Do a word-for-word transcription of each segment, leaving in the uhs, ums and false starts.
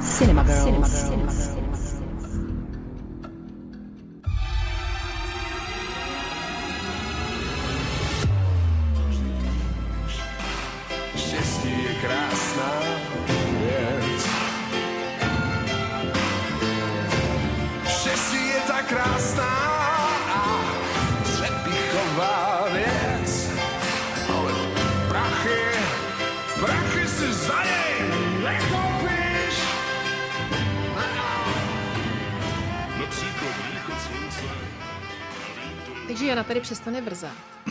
Cinema Girls. Cinema Girls. Cinema Girls. Štěstí je krásná věc. Štěstí je tak krásná a přepichová věc. Ale prachy, prachy si za něj nekoupíš. Například východ slunce. Takže Jana tady přestane vrzat.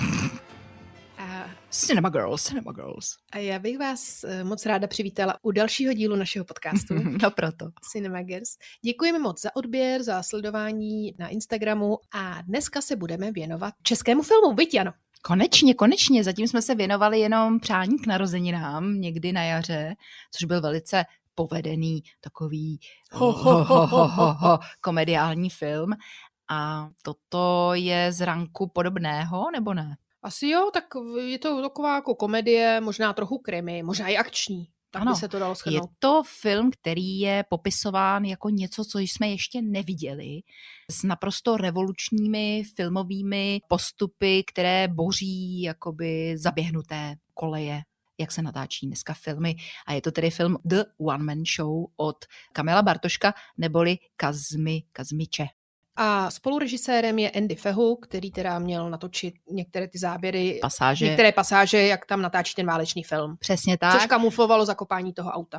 Cinema Girls, Cinema Girls. A já bych vás moc ráda přivítala u dalšího dílu našeho podcastu. No proto. Cinema Girls. Děkujeme moc za odběr, za sledování na Instagramu a dneska se budeme věnovat českému filmu. Viď, Jano? Konečně, konečně. Zatím jsme se věnovali jenom Přání k narozeninám někdy na jaře, což byl velice povedený takový ho, ho, ho, ho, ho, ho, komediální film. A toto je z ranku podobného, nebo ne? Asi jo, tak je to taková jako komedie, možná trochu krimi, možná i akční. Tak ano, by se to dalo shrnout. Je to film, který je popisován jako něco, co jsme ještě neviděli, s naprosto revolučními filmovými postupy, které boří jakoby zaběhnuté koleje, jak se natáčí dneska filmy. A je to tedy film The One Man Show od Kamila Bartoška neboli Kazmy Kazmiče. A spolurežisérem je Andy Fehu, který teda měl natočit některé ty záběry, pasáže. některé pasáže, jak tam natáčí ten válečný film. Přesně tak. Což kamuflovalo zakopání toho auta.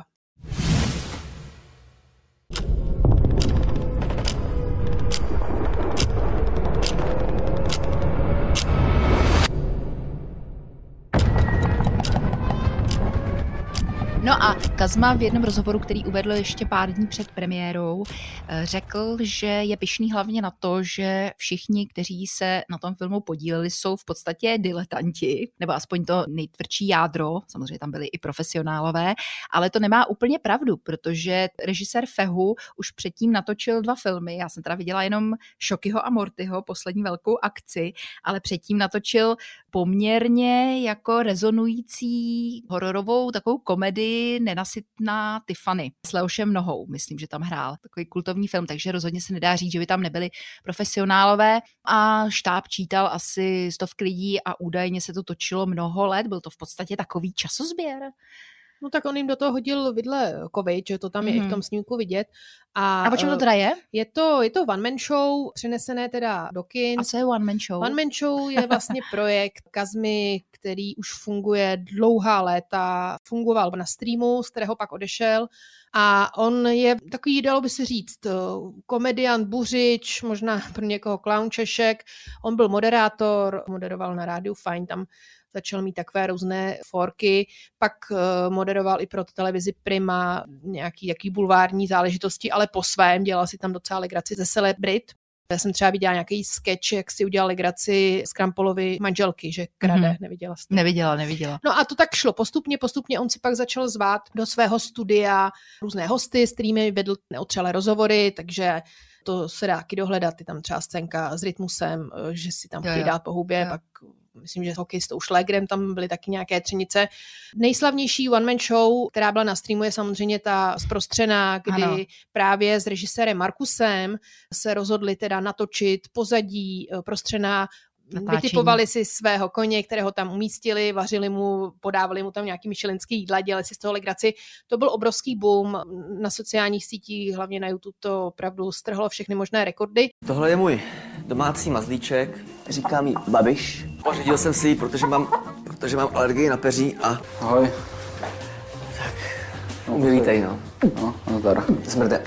No a Kazma v jednom rozhovoru, který uvedl ještě pár dní před premiérou, řekl, že je pyšný hlavně na to, že všichni, kteří se na tom filmu podíleli, jsou v podstatě diletanti, nebo aspoň to nejtvrdší jádro, samozřejmě tam byli i profesionálové, ale to nemá úplně pravdu, protože režisér Fehu už předtím natočil dva filmy, já jsem teda viděla jenom Šokyho a Mortyho, poslední velkou akci, ale předtím natočil poměrně jako rezonující hororovou takovou komedii Nenasytná Tiffany s Leošem Nohou, myslím, že tam hrál takový kultovní film, takže rozhodně se nedá říct, že by tam nebyli profesionálové a štáb čítal asi stovky lidí a údajně se to točilo mnoho let, byl to v podstatě takový časozběr. No tak on jim do toho hodil vidle covid, že to tam je mm. i v tom snímku vidět. A, a o čem to teda je? Je to, je to one man show, přenesené teda do kin. A co je one man show? One man show je vlastně projekt Kazmy, který už funguje dlouhá léta. Fungoval na streamu, z kterého pak odešel. A on je takový, dalo by se říct, komediant, buřič, možná pro někoho clown češek. On byl moderátor, moderoval na rádiu Fajn, tam začal mít takové různé forky, pak moderoval i pro televizi Prima nějaký jaký bulvární záležitosti, ale po svém dělal si tam docela legraci ze celebrit. Já jsem třeba viděla nějaký sketch, jak si udělal legraci z Krampolovi manželky, že krade, mm-hmm. neviděla jsi to? Neviděla, neviděla. No a to tak šlo postupně, postupně on si pak začal zvát do svého studia různé hosty, s kterými vedl neotřelé rozhovory, takže to se dá taky dohledat, je tam třeba scénka s Rytmusem, že si tam chtějí dát po hubě, jo. Pak myslím, že s hokejistou Šlégrem tam byly taky nějaké třenice. Nejslavnější one man show, která byla na streamu, je samozřejmě ta zprostřená, kdy ano. právě s režisérem Markusem se rozhodli teda natočit pozadí prostřená. Natáčení. Vytipovali si svého koně, kterého tam umístili, vařili mu, podávali mu tam nějaký michelinský jídla, dělali si z toho legraci. To byl obrovský boom na sociálních sítích, hlavně na YouTube to opravdu strhlo všechny možné rekordy. Tohle je můj domácí mazlíček, říkám jí Babiš. Pořídil jsem si ji, protože mám, protože mám alergii na peří a... Ahoj. Tak, no, my vítej, no. No, no tady. Smrde.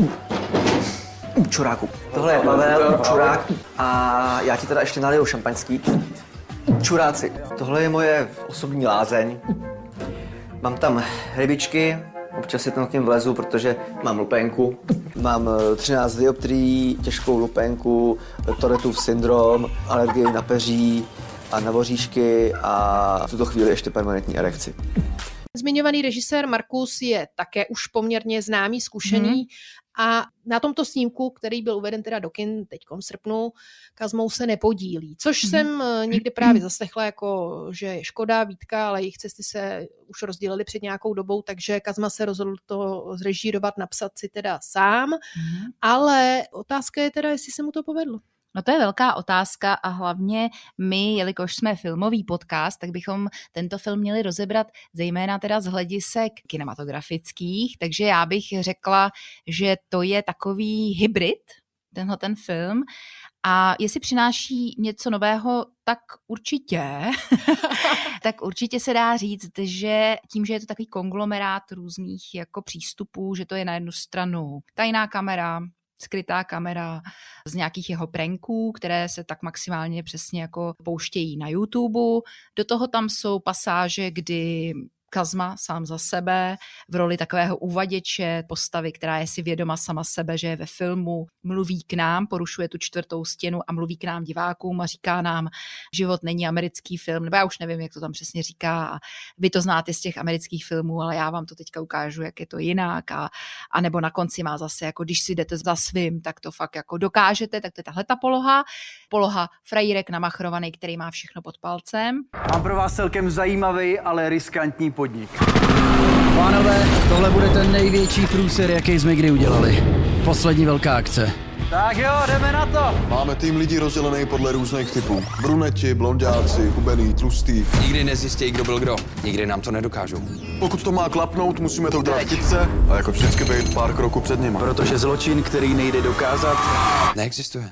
Čuráku. Tohle je Pavel, čurák a já ti teda ještě naliju šampaňský. Čuráci. Tohle je moje osobní lázeň. Mám tam rybičky, občas si tam k něm vlezu, protože mám lupenku. Mám třináct dioptrií, těžkou lupenku, Toretův syndrom, alergii na peří a na voříšky a v tuto chvíli ještě permanentní erekci. Zmiňovaný režisér Markus je také už poměrně známý, zkušený mm. a na tomto snímku, který byl uveden teda do kin teďkom v srpnu, Kazmou se nepodílí. Což mm. jsem někdy právě zaslechla, jako, že je škoda, Vítka, ale jejich cesty se už rozdělily před nějakou dobou, takže Kazma se rozhodl to zrežírovat, napsat si teda sám, mm. ale otázka je teda, jestli se mu to povedlo. No to je velká otázka a hlavně my, jelikož jsme filmový podcast, tak bychom tento film měli rozebrat zejména teda z hledisek kinematografických, takže já bych řekla, že to je takový hybrid, tenhle ten film, a jestli přináší něco nového, tak určitě. tak určitě se dá říct, že tím, že je to takový konglomerát různých jako přístupů, že to je na jednu stranu tajná kamera, skrytá kamera z nějakých jeho pranků, které se tak maximálně přesně jako pouštějí na YouTube. Do toho tam jsou pasáže, kdy Kazma sám za sebe v roli takového uvaděče, postavy, která je si vědoma sama sebe, že je ve filmu, mluví k nám, porušuje tu čtvrtou stěnu a mluví k nám divákům a říká nám, život není americký film, nebo já už nevím, jak to tam přesně říká, a vy to znáte z těch amerických filmů, ale já vám to teďka ukážu, jak je to jinak, a, a nebo na konci má zase, jako když si jdete za svým, tak to fakt jako dokážete, tak to je tahle ta poloha, poloha frajírek namachrovaný, který má všechno pod palcem. Mám pro vás celkem zajímavý, ale riskantní podnik. Pánové, tohle bude ten největší průser, jaký jsme kdy udělali. Poslední velká akce. Tak jo, jdeme na to! Máme tým lidí rozdělený podle různých typů. Bruneti, blonďáci, hubený, tlustý. Nikdy nezjistí, kdo byl kdo. Nikdy nám to nedokážou. Pokud to má klapnout, musíme to udělat chytře a jako vždycky být pár kroků před nimi. Protože zločin, který nejde dokázat, Neexistuje.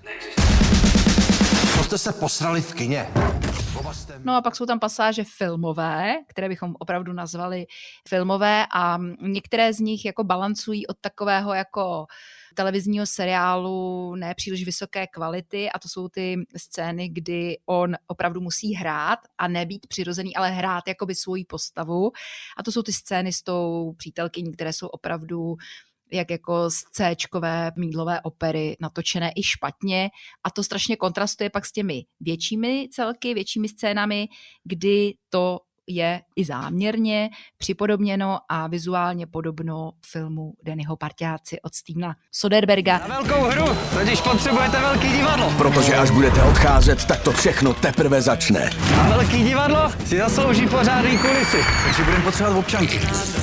To jste se posrali v kině. No a pak jsou tam pasáže filmové, které bychom opravdu nazvali filmové, a některé z nich jako balancují od takového jako televizního seriálu ne příliš vysoké kvality, a to jsou ty scény, kdy on opravdu musí hrát a nebýt přirozený, ale hrát jakoby svoji postavu, a to jsou ty scény s tou přítelkyní, které jsou opravdu jak jako z C-čkové mýdlové opery, natočené i špatně, a to strašně kontrastuje pak s těmi většími celky, většími scénami, kdy to je i záměrně připodobněno a vizuálně podobno filmu Dannyho Parťáci od Stevena Soderberga. Na velkou hru, totiž potřebujete velký divadlo. Protože až budete odcházet, tak to všechno teprve začne. A velký divadlo si zaslouží pořádný kulisy. takže budeme potřebovat občanky.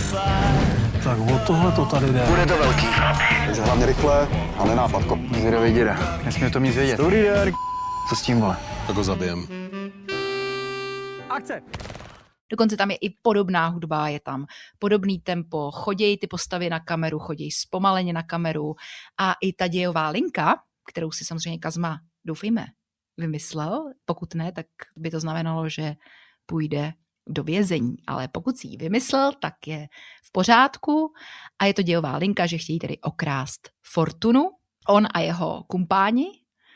Tak o tohle to tady jde. Bude to velký. Takže hlavně rychle a nenápadko. Zvědavý děda, nesmí to mít vědět. Dobrý den. Co s tím, vole? Tak ho zabijem. Akce! Dokonce tam je i podobná hudba, je tam podobný tempo, chodějí ty postavy na kameru, chodějí zpomaleně na kameru, a i ta dějová linka, kterou si samozřejmě Kazma, doufejme, vymyslel, pokud ne, tak by to znamenalo, že půjde do vězení, ale pokud si ji vymyslel, tak je v pořádku, a je to dějová linka, že chtějí tedy okrást fortunu, on a jeho kumpáni,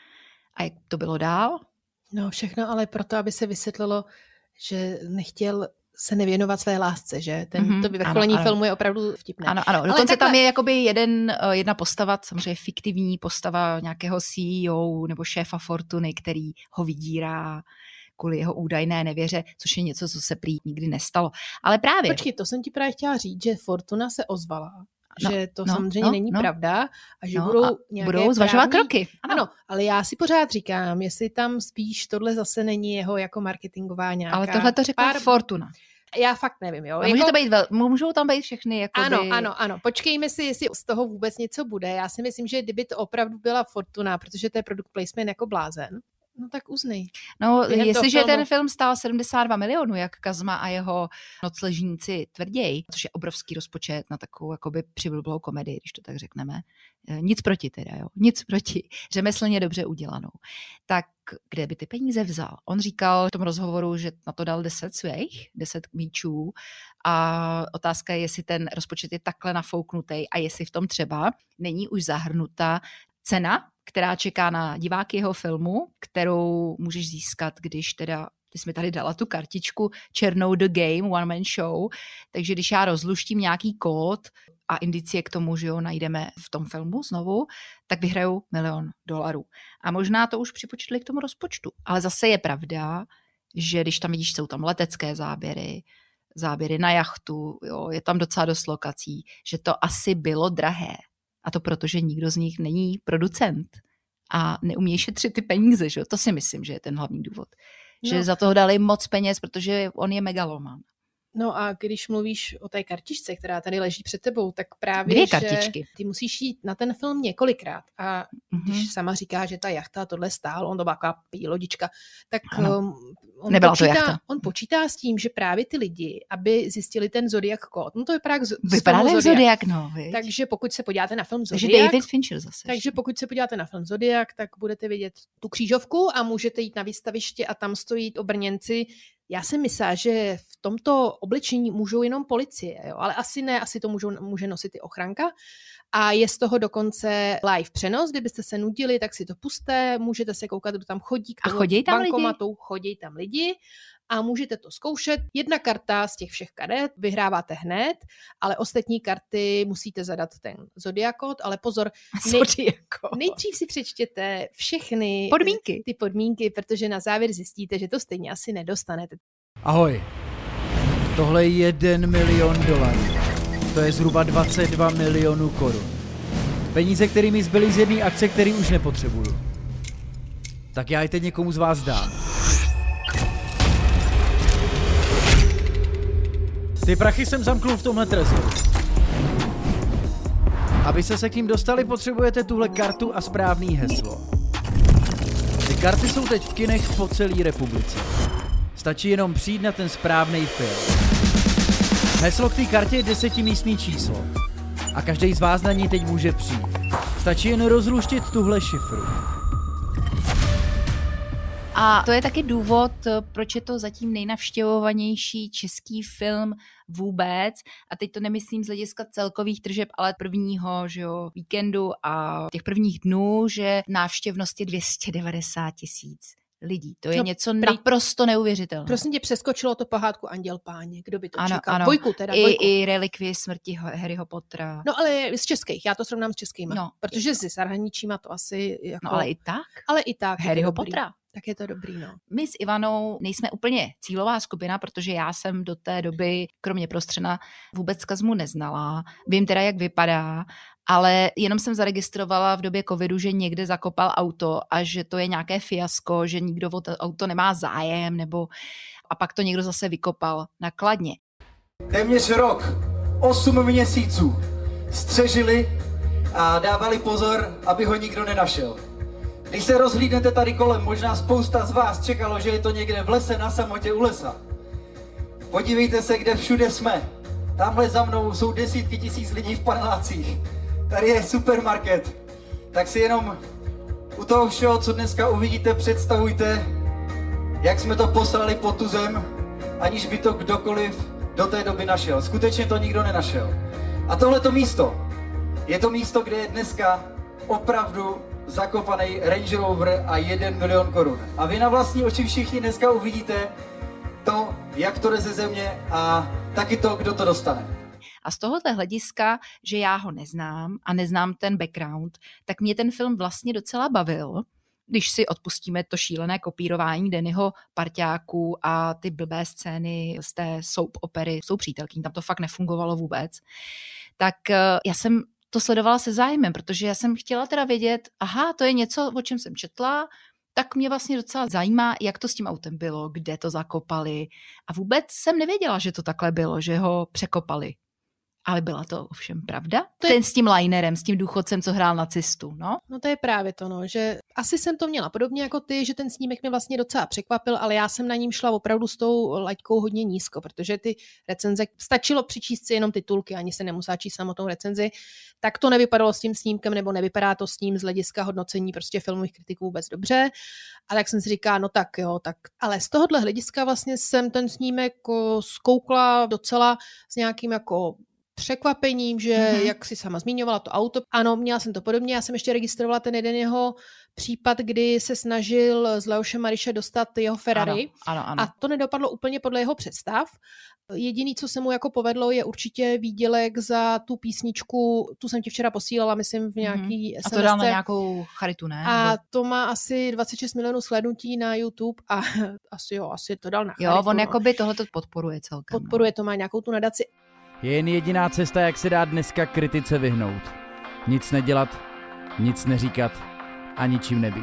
a jak to bylo dál? No všechno ale proto, aby se vysvětlilo, že nechtěl se nevěnovat své lásce, že? Ten, mm-hmm, to vyvrcholení ano, ano. filmu je opravdu vtipné. Ano, ano. Dokonce takhle... tam je jakoby jeden, jedna postava, samozřejmě fiktivní postava nějakého C E O nebo šéfa Fortuny, který ho vydírá kvůli jeho údajné nevěře, což je něco, co se prý nikdy nestalo. Ale právě... Počkej, to jsem ti právě chtěla říct, že Fortuna se ozvala, no, že to no, samozřejmě no, není no. pravda a že no, budou a nějaké budou zvažovat právní... kroky. Ano. ano, ale já si pořád říkám, jestli tam spíš tohle zase není jeho jako marketingová nějaká... Ale tohle to řekla pár... Fortuna. Já fakt nevím, jo. Jako... Může to být vel... Můžou tam být všechny jakoby... Ano, ano, ano. Počkejme si, jestli z toho vůbec něco bude. Já si myslím, že kdyby to opravdu byla Fortuna, protože to je product placement jako blázen, no tak uznej. No, jestliže ten film stál sedmdesát dva milionů, jak Kazma a jeho nocležníci tvrději, což je obrovský rozpočet na takovou jakoby přiblblou komedii, když to tak řekneme. Nic proti teda, jo. Nic proti. Řemeslně dobře udělanou. Tak kde by ty peníze vzal? On říkal v tom rozhovoru, že na to dal deset svých, deset míčů, a otázka je, jestli ten rozpočet je takhle nafouknutý a jestli v tom třeba není už zahrnuta cena, která čeká na diváky jeho filmu, kterou můžeš získat, když teda, ty jsi mi tady dala tu kartičku černou The Game, One Man Show, takže když já rozluštím nějaký kód a indicie k tomu, že jo, najdeme v tom filmu znovu, tak vyhrajou milion dolarů. A možná to už připočetli k tomu rozpočtu. Ale zase je pravda, že když tam vidíš, jsou tam letecké záběry, záběry na jachtu, jo, je tam docela dost lokací, že to asi bylo drahé. A to proto, že nikdo z nich není producent a neumí šetřit ty peníze, že? To si myslím, že je ten hlavní důvod. No. Že za toho dali moc peněz, protože on je megaloman. No a když mluvíš o té kartičce, která tady leží před tebou, tak právě, Dvě že kartičky. Ty musíš jít na ten film několikrát. A mm-hmm. když sama říká, že ta jachta tohle stálo, on to byla taková lodička, tak um, on, Nebyla počítá, to jachta. on počítá s tím, že právě ty lidi, aby zjistili ten Zodiac kód. No to vypadá jak z, Vypadá jak Zodiac, no. Viď? Takže pokud se podíváte na film Zodiac, takže David Fincher zase. Takže pokud se podíváte na film Zodiac, tak budete vidět tu křížovku a můžete jít na výstaviště a tam stojí obrněnci. Já jsem myslela, že v tomto oblečení můžou jenom policie, jo? Ale asi ne, asi to můžou, může nosit i ochranka. A je z toho dokonce live přenos, kdybyste se nudili, tak si to pusťte, můžete se koukat, kdo tam chodí k tomu a chodí tam bankomatu, lidi? chodí tam lidi a můžete to zkoušet. Jedna karta z těch všech karet vyhráváte hned, ale ostatní karty musíte zadat ten Zodiac kód, ale pozor, nej, nejdřív si přečtěte všechny podmínky. ty podmínky, protože na závěr zjistíte, že to stejně asi nedostanete. Ahoj, tohle je jeden milion dolarů. To je zhruba dvacet dva milionů korun. Peníze, které mi zbyly z jedné akce, který už nepotřebuju. Tak já je teď někomu z vás dám. Ty prachy jsem zamknul v tomhle trezoru. Aby se se k ním dostali, potřebujete tuhle kartu a správný heslo. Ty karty jsou teď v kinech po celé republice. Stačí jenom přijít na ten správný film. Heslo k té kartě je desetimístný číslo. A každý z vás na ní teď může přijít. Stačí jen rozluštit tuhle šifru. A to je taky důvod, proč je to zatím nejnavštěvovanější český film vůbec. A teď to nemyslím z hlediska celkových tržeb, ale prvního, že jo, víkendu a těch prvních dnů, že návštěvnost je dvě stě devadesát tisíc lidí. To je no, něco prý... naprosto neuvěřitelného. Prosím tě, přeskočilo to pohádku Anděl Páně. Kdo by to ano, čekal? Ano. Dvojku teda, I, dvojku. I relikvie smrti Harryho Pottera. No ale z českých, já to srovnám s českýma. No. Protože s zahraničíma to asi jako... No ale i tak. Ale i tak. Harryho Pottera. Tak je to dobrý, no. My s Ivanou nejsme úplně cílová skupina, protože já jsem do té doby, kromě Prostřena, vůbec Kazmu neznala. Vím teda, jak vypadá, ale jenom jsem zaregistrovala v době covidu, že někde zakopal auto a že to je nějaké fiasko, že nikdo o to auto nemá zájem, nebo a pak to někdo zase vykopal na Kladně. Téměř rok, osm měsíců střežili a dávali pozor, aby ho nikdo nenašel. Když se rozhlídnete tady kolem, možná spousta z vás čekalo, že je to někde v lese, na samotě u lesa. Podívejte se, kde všude jsme. Tamhle za mnou jsou desítky tisíc lidí v panelácích. Tady je supermarket. Tak si jenom u toho všeho, co dneska uvidíte, představujte, jak jsme to poslali pod tu zem, aniž by to kdokoliv do té doby našel. Skutečně to nikdo nenašel. A tohleto místo, je to místo, kde je dneska opravdu zakopaný Range Rover a jeden milion korun. A vy na vlastní oči všichni dneska uvidíte to, jak to jde ze země a taky to, kdo to dostane. A z tohohle hlediska, že já ho neznám a neznám ten background, tak mě ten film vlastně docela bavil, když si odpustíme to šílené kopírování Dannyho parťáků a ty blbé scény z té soap opery, jsou přítelkyní, tam to fakt nefungovalo vůbec. Tak já jsem to sledovala se zájmem, protože já jsem chtěla teda vědět, aha, to je něco, o čem jsem četla, tak mě vlastně docela zajímá, jak to s tím autem bylo, kde to zakopali. A vůbec jsem nevěděla, že to takhle bylo, že ho překopali. Ale byla to ovšem pravda? To je... Ten s tím linerem, s tím důchodcem, co hrál nacistu, no? No to je právě to, no, že asi jsem to měla podobně jako ty, že ten snímek mě vlastně docela překvapil, ale já jsem na ním šla opravdu s tou laťkou hodně nízko, protože ty recenze, stačilo přičíst si jenom titulky, ani se nemusela číst samotnou recenzi, tak to nevypadalo s tím snímkem, nebo nevypadá to s ním z hlediska hodnocení prostě filmových kritiků vůbec dobře. A tak jsem si říká, no tak jo, tak. Ale z tohohle hlediska vlastně jsem ten snímek zkoukla docela s nějakým jako překvapením, že mm-hmm. jak si sama zmiňovala to auto, ano, měla jsem to podobně, já jsem ještě registrovala ten jeden jeho případ, kdy se snažil z Leoše Mariše dostat jeho Ferrari ano, ano, ano. a to nedopadlo úplně podle jeho představ. Jediný, co se mu jako povedlo, je určitě výdělek za tu písničku, tu jsem ti včera posílala, myslím, v nějaký mm-hmm. es em es. A to dal na nějakou charitu, ne? A to má asi dvacet šest milionů shlédnutí na YouTube a asi jo, asi to dal na charitu. Jo, on no. jakoby tohleto podporuje celkem. Podporuje, no. to má nějakou tu nadaci. Je jen jediná cesta, jak se dá dneska kritice vyhnout. Nic nedělat, nic neříkat a ničím nebýt.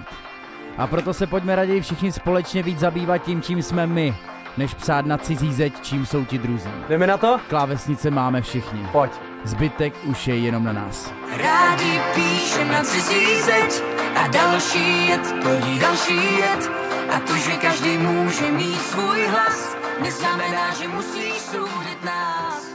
A proto se pojďme raději všichni společně víc zabývat tím, čím jsme my, než psát na cizí zeď, čím jsou ti druzí. Jdeme na to? Klávesnice máme všichni. Pojď. Zbytek už je jenom na nás. Rádi píšem na cizí zeď a další jet, plodí další jet. A to, že každý může mít svůj hlas, neznamená, že musí soudit nás.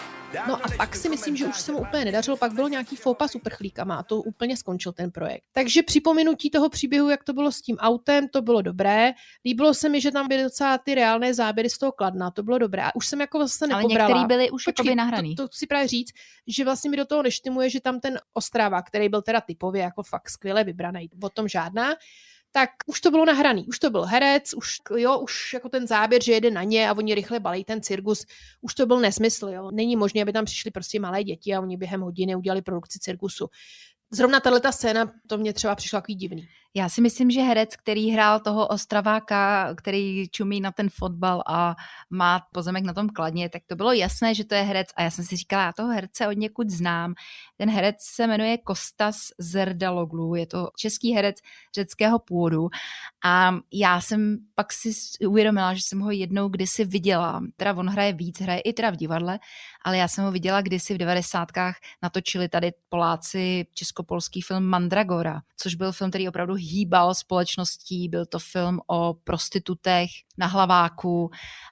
No a pak si myslím, že už se mu úplně nedařilo, pak bylo nějaký fópa s uprchlíkama a to úplně skončil ten projekt. Takže připomenutí toho příběhu, jak to bylo s tím autem, to bylo dobré. Líbilo se mi, že tam byly docela ty reálné záběry z toho Kladna, to bylo dobré. A už jsem jako zase nepobrala. Ale některý byly už Počkej, jakoby nahraný. To, to si právě říct, že vlastně mi do toho neštimuje, že tam ten Ostrava, který byl teda typově jako fakt skvěle vybraný, o tom žádná, tak už to bylo nahraný, už to byl herec, už, jo, už jako ten záběr, že jede na ně a oni rychle balí ten cirkus, už to byl nesmysl, jo. Není možné, aby tam přišli prostě malé děti a oni během hodiny udělali produkci cirkusu. Zrovna tato scéna, to mě třeba přišlo takový divný. Já si myslím, že herec, který hrál toho Ostraváka, který čumí na ten fotbal a má pozemek na tom Kladně, tak to bylo jasné, že to je herec a já jsem si říkala, já toho herce od někud znám. Ten herec se jmenuje Kostas Zerdaloglu, je to český herec řeckého původu a já jsem pak si uvědomila, že jsem ho jednou kdysi viděla, teda on hraje víc, hraje i teda v divadle, ale já jsem ho viděla kdysi v devadesátkách, natočili tady Poláci českopolský film Mandragora, což byl film, který opravdu hýbal společností, byl to film o prostitutech na Hlaváku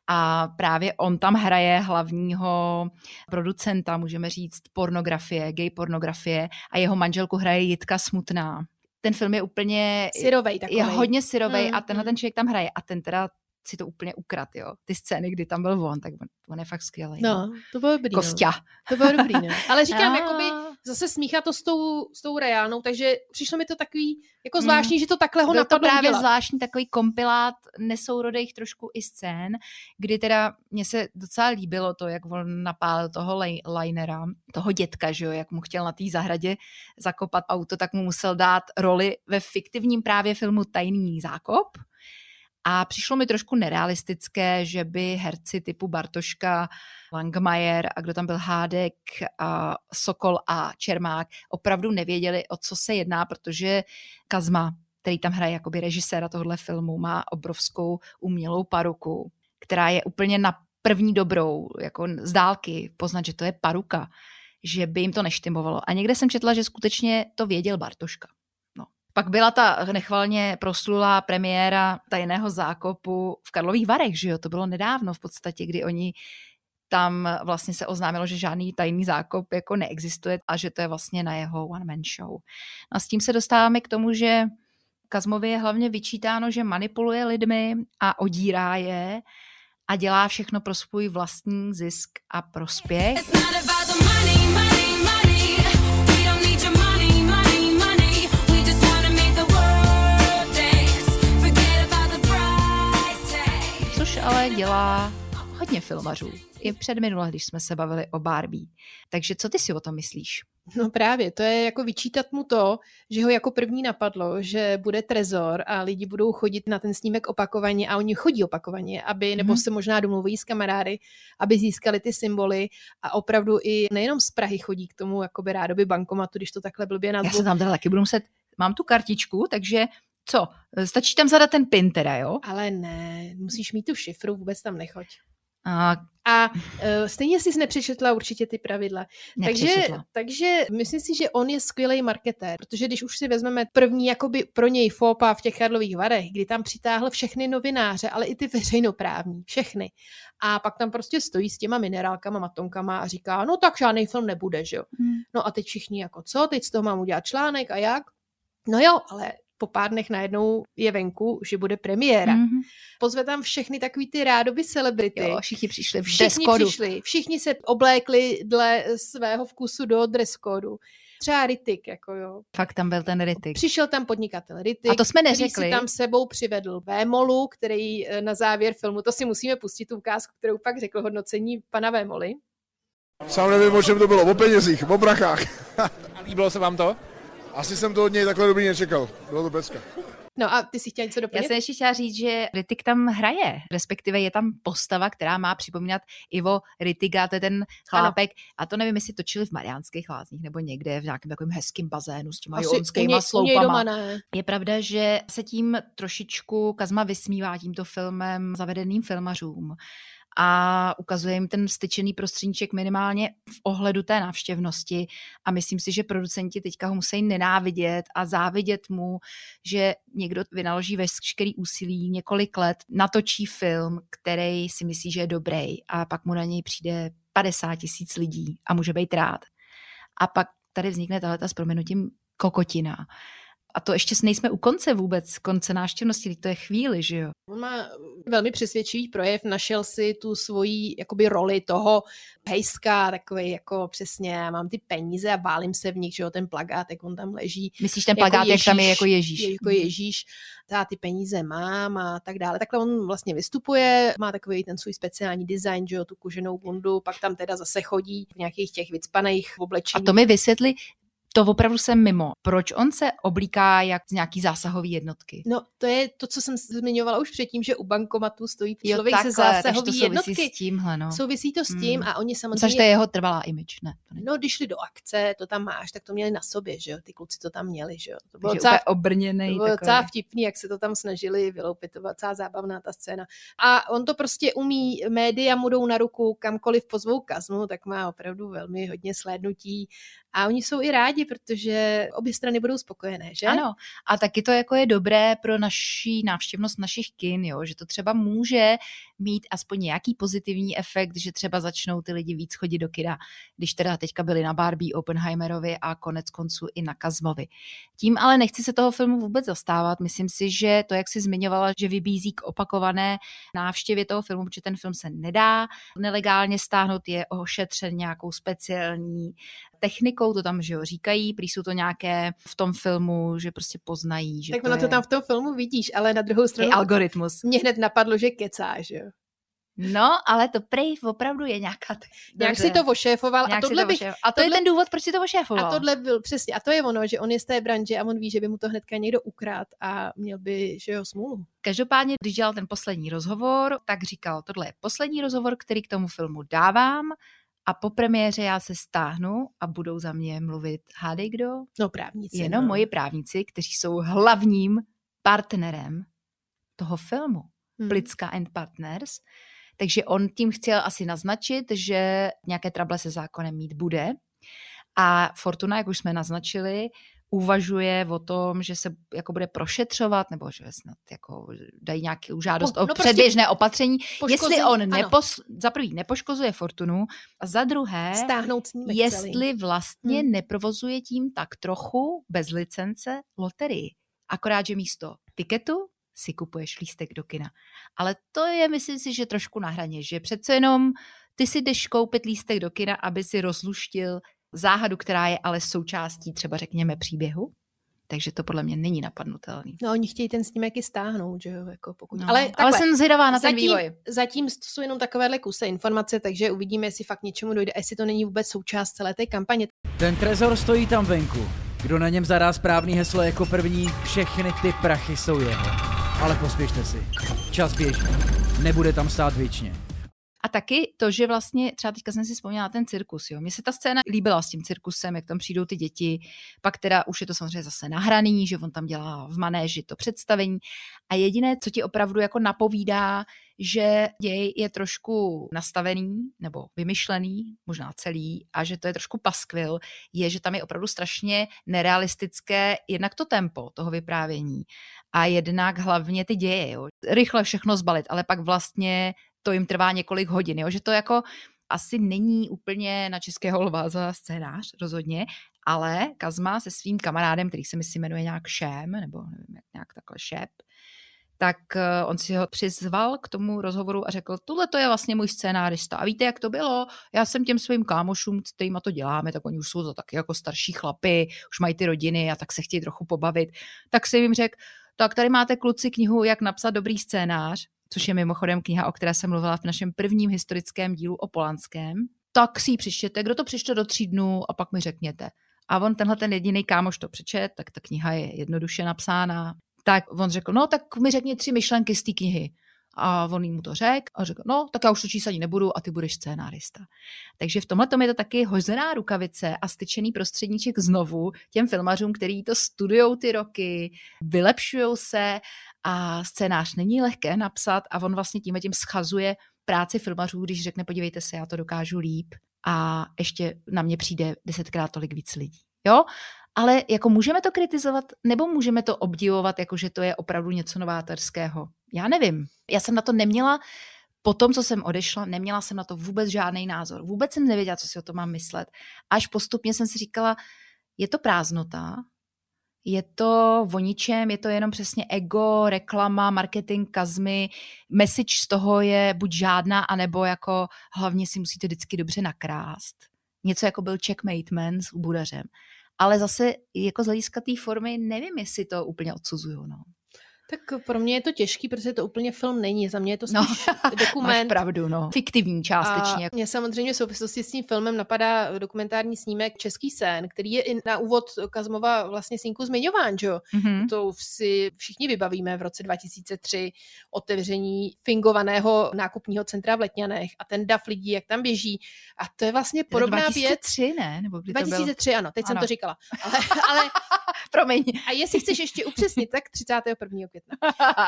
a právě on tam hraje hlavního producenta, můžeme říct, pornografie, gay pornografie a jeho manželku hraje Jitka Smutná. Ten film je úplně... Syrovej takovej. Je hodně syrovej mm, a tenhle ten člověk tam hraje a ten teda si to úplně ukrat, jo. Ty scény, kdy tam byl on, tak on, on je fakt skvělý. No, to bylo dobrý. Kostia. No. To bylo dobrý, no. Ale říkám, A... jakoby zase smíchá to s tou, s tou reálnou, takže přišlo mi to takový jako zvláštní, hmm. že to takhle ho byl napadlo to právě udělat. zvláštní takový kompilát nesourodejch trošku i scén, kdy teda mně se docela líbilo to, jak on napálil toho linera, toho dětka, že jo, jak mu chtěl na té zahradě zakopat auto, tak mu musel dát roli ve fiktivním právě filmu Tajný zákop. A přišlo mi trošku nerealistické, že by herci typu Bartoška, Langmajer a kdo tam byl Hádek, a Sokol a Čermák opravdu nevěděli, o co se jedná, protože Kazma, který tam hraje jakoby režiséra tohohle filmu, má obrovskou umělou paruku, která je úplně na první dobrou, jako z dálky poznat, že to je paruka, že by jim to neštimovalo. A někde jsem četla, že skutečně to věděl Bartoška. Pak byla ta nechvalně proslulá premiéra Tajného zákopu v Karlových Varech, že jo? To bylo nedávno v podstatě, kdy oni tam vlastně se oznámilo, že žádný tajný zákop jako neexistuje a že to je vlastně na jeho one-man show. A s tím se dostáváme k tomu, že Kazmovi je hlavně vyčítáno, že manipuluje lidmi a odírá je a dělá všechno pro svůj vlastní zisk a prospěch. Ale dělá hodně filmařů. I předminule, když jsme se bavili o Barbie. Takže co ty si o tom myslíš? No právě, to je jako vyčítat mu to, že ho jako první napadlo, že bude trezor a lidi budou chodit na ten snímek opakovaně a oni chodí opakovaně, aby, mm-hmm. nebo se možná domluví s kamarády, aby získali ty symboly a opravdu i nejenom z Prahy chodí k tomu jakoby rádoby bankomatu, když to takhle blbě nazvu. Já se tam teda taky budu muset, mám tu kartičku, takže co? Stačí tam zadat ten pin teda, jo? Ale ne, musíš mít tu šifru, vůbec tam nechoď. A, a uh, stejně jsi nepřečetla určitě ty pravidla. Takže, takže myslím si, že on je skvělý marketér, protože když už si vezmeme první jakoby pro něj fópa v těch Karlových Varech, kdy tam přitáhl všechny novináře, ale i ty veřejnoprávní, všechny. A pak tam prostě stojí s těma minerálkama, matonkama a říká, no tak žádný film nebude, že jo. Hmm. No a teď všichni jako co, teď z toho mám udělat článek a jak? No jo, ale po pár dnech najednou je venku, že bude premiéra. Mm-hmm. Pozve tam všechny takový ty rádoby celebrity. Jo, všichni přišli v všichni dress codu. Přišli, všichni se oblékli dle svého vkusu do dress codu. Třeba Rittik, jako jo. Fakt tam byl ten Rittik. Přišel tam podnikatel Rittik, a to jsme který neřekli. si tam sebou přivedl Vémolu, který na závěr filmu, to si musíme pustit tu ukázku, kterou pak řekl hodnocení pana Vémoly. Sám nevím, o čem to bylo, o penězích, o brachách. A líbilo se vám to? Asi jsem to od něj takhle dobrý nečekal, bylo to pecka. No a ty si chtěla něco doplnit? Já jsem ještě chtěla říct, že Rittik tam hraje, respektive je tam postava, která má připomínat Ivo Rittiga, to je ten chlápek, ano. A to nevím, jestli točili v Mariánských Lázních nebo někde v nějakém takovém hezkým bazénu s těma jonskýma sloupama. Je pravda, že se tím trošičku Kazma vysmívá tímto filmem zavedeným filmařům a ukazuje jim ten styčený prostředníček minimálně v ohledu té návštěvnosti a myslím si, že producenti teďka ho musí nenávidět a závidět mu, že někdo vynaloží veškerý úsilí několik let, natočí film, který si myslí, že je dobrý a pak mu na něj přijde padesát tisíc lidí a může být rád. A pak tady vznikne tahleta s prominutím kokotina. A to ještě nejsme u konce vůbec, konce návštěvnosti, to je chvíli, že jo. On má velmi přesvědčivý projev, našel si tu svoji jakoby roli toho hejska, takový jako přesně, já mám ty peníze a válím se v nich, že jo, ten plakát, jak on tam leží. Myslíš ten plakát, jako jak tam je jako Ježíš? Je, jako Ježíš, já ty peníze mám a tak dále. Takhle on vlastně vystupuje, má takový ten svůj speciální design, že jo, tu koženou bundu, pak tam teda zase chodí v nějakých těch vycpaných oblečeních. A to mi vysvětli, to opravdu jsem mimo. Proč on se oblíká jak z nějaký zásahový jednotky? No, to je to, co jsem zmiňovala už předtím, že u bankomatu stojí jo, člověk takhle, se zásahový jednotky. S tímhle, no. Souvisí to s tím hmm. a oni samozřejmě... Myslím, že to je jeho trvalá image, ne? No, když šli do akce, to tam máš, tak to měli na sobě, že jo, ty kluci to tam měli, že jo. To bylo docela obrněnej. To bylo docela vtipný, jak se to tam snažili vyloupit, to byla docela zábavná ta scéna. A on to prostě umí, média mu jdou na ruku, kamkoliv pozvou Kazmu, tak má opravdu velmi hodně slédnutí a oni jsou i rádi, protože obě strany budou spokojené, že? Ano, a taky to jako je dobré pro naší návštěvnost našich kin, jo? Že to třeba může mít aspoň nějaký pozitivní efekt, že třeba začnou ty lidi víc chodit do kina, když teda teďka byli na Barbie, Oppenheimerovi a konec konců i na Kazmovi. Tím ale nechci se toho filmu vůbec zastávat, myslím si, že to, jak jsi zmiňovala, že vybízí k opakované návštěvě toho filmu, protože ten film se nedá nelegálně stáhnout, je ošetřen nějakou speciální technikou, to tam, že jo, říkají, prý jsou to nějaké v tom filmu, že prostě poznají, že tak to ono je... to tam v tom filmu vidíš, ale na druhou stranu... Je algoritmus. Mě hned napadlo, že kecáš, jo. No, ale to prej opravdu je nějaká... T- Nějak si to ošéfoval Nějak a tohle to bych... ošéf... A to je ten důvod, proč si to ošéfoval. A tohle byl přesně, a to je ono, že on je z té branže a on ví, že by mu to hnedka někdo ukrát a měl by, že jo, smůlu. Každopádně, když dělal ten poslední rozhovor, tak říkal, tohle je poslední rozhovor, který k tomu filmu dávám a po premiéře já se stáhnu a budou za mě mluvit, hádej kdo? No právníci. Jenom no. moji právníci, kteří jsou hlavním partnerem toho filmu. Hmm. Plitzka and Partners. Takže on tím chtěl asi naznačit, že nějaké trable se zákonem mít bude. A Fortuna, jak už jsme naznačili, uvažuje o tom, že se jako bude prošetřovat, nebo že snad jako dají nějakou žádost po, no o prostě předběžné opatření, jestli on nepos, za prvý nepoškozuje Fortunu a za druhé, stáhnout snímek jestli celý. vlastně hmm. neprovozuje tím tak trochu bez licence loterii. Akorát, že místo tiketu si kupuješ lístek do kina. Ale to je, myslím si, že trošku na hraně, že přece jenom ty si jdeš koupit lístek do kina, aby si rozluštil záhadu, která je ale součástí třeba řekněme příběhu. Takže to podle mě není napadnutelný. No oni chtějí ten snímek i stáhnout, že jo, jako pokud. No, ale, ale takhle, jsem zvědavá na ten zatím, vývoj. Zatím jsou jenom takovéhle kuse informace, takže uvidíme, jestli fakt něčemu dojde, jestli to není vůbec součást celé té kampaně. Ten trezor stojí tam venku. Kdo na něm zadá správný heslo jako první, všechny ty prachy jsou jeho. Ale pospěšte si. Čas běží. Nebude tam stát věčně. A taky to, že vlastně, třeba teďka jsem si vzpomněla na ten cirkus, jo. Mně se ta scéna líbila s tím cirkusem, jak tam přijdou ty děti, pak teda už je to samozřejmě zase nahraný, že on tam dělá v manéži to představení a jediné, co ti opravdu jako napovídá, že děj je trošku nastavený nebo vymyšlený, možná celý, a že to je trošku paskvil, je, že tam je opravdu strašně nerealistické jednak to tempo toho vyprávění a jednak hlavně ty děje, jo. Rychle všechno zbalit, ale pak vlastně to jim trvá několik hodin, jo? Že to jako Asi není úplně na českého lva za scénář, rozhodně, ale Kazma se svým kamarádem, který se myslím jmenuje nějak Šém, nebo nevím, jak nějak takhle Šép, tak on si ho přizval k tomu rozhovoru a řekl, tohle to je vlastně můj scénárista. A víte, jak to bylo? Já jsem těm svým kámošům, s kterýma to děláme, tak oni už jsou to taky jako starší chlapy, už mají ty rodiny a tak se chtějí trochu pobavit. Tak si jim řekl, tak tady máte kluci knihu, jak napsat dobrý scénář, což je mimochodem kniha, o které jsem mluvila v našem prvním historickém dílu o Polanském. Tak si ji přečtěte, kdo to přečte do tří dnů a pak mi řekněte. A on tenhle ten jediný kámoš to přečet, tak ta kniha je jednoduše napsána. Tak on řekl, no tak mi řekni tři myšlenky z té knihy. A on mu to řekl a řekl, no tak já už to číst ani nebudu a ty budeš scénárista. Takže v tomhle tom je to taky hozená rukavice a styčený prostředníček znovu těm filmařům, který to studujou ty roky, vylepšujou se a scénář není lehké napsat a on vlastně tím tím schazuje práci filmařů, když řekne, podívejte se, já to dokážu líp a ještě na mě přijde desetkrát tolik víc lidí. Jo? Ale jako můžeme to kritizovat, nebo můžeme to obdivovat, jako že to je opravdu něco novátorského? Já nevím. Já jsem na to neměla, po tom, co jsem odešla, neměla jsem na to vůbec žádný názor. Vůbec jsem nevěděla, co si o tom mám myslet. Až postupně jsem si říkala, je to prázdnota, je to o ničem, je to jenom přesně ego, reklama, marketing, Kazmy. Message z toho je buď žádná, anebo jako hlavně si musíte vždycky dobře nakrást. Něco jako byl Checkmate Man s Ubudařem. Ale zase jako z hlediska té formy nevím, jestli to úplně odsuzuju. No. Tak pro mě je to těžký, protože to úplně film není. Za mě je to spíš no, dokument. Máš pravdu, no. Fiktivní částečně. A mě samozřejmě v souvislosti s tím filmem napadá dokumentární snímek Český sen, který je i na úvod Kazmova vlastně synku zmiňován, že jo? Mm-hmm. To si všichni vybavíme v roce dva tisíce tři otevření fingovaného nákupního centra v Letňanech a ten dav lidí, jak tam běží. A to je vlastně podobná věc. dva tisíce tři, ne? Nebo kdy dva tisíce tři, to ano, teď ano. jsem to říkala. Ale, ale promiň. A jestli chceš ještě upřesnit, tak třicátého prvního května.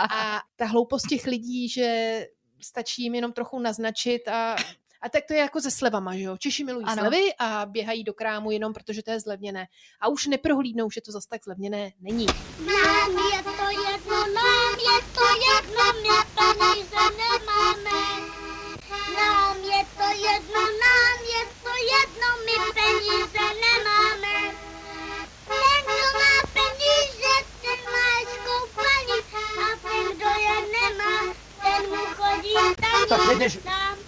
A ta hloupost těch lidí, že stačí jim jenom trochu naznačit a, a tak to je jako se slevama, že jo? Češi milují ano. slevy a běhají do krámu jenom protože to je zlevněné. A už neprohlídnou, že to zas tak zlevněné není. Nám je to jedno, nám je to jedno, my peníze nemáme. Nám je to jedno, nám je to jedno, my peníze nemáme. Ten, kdo má peníze, ten má skoupaní a ten, kdo je nemá, ten mu chodí tam, tam.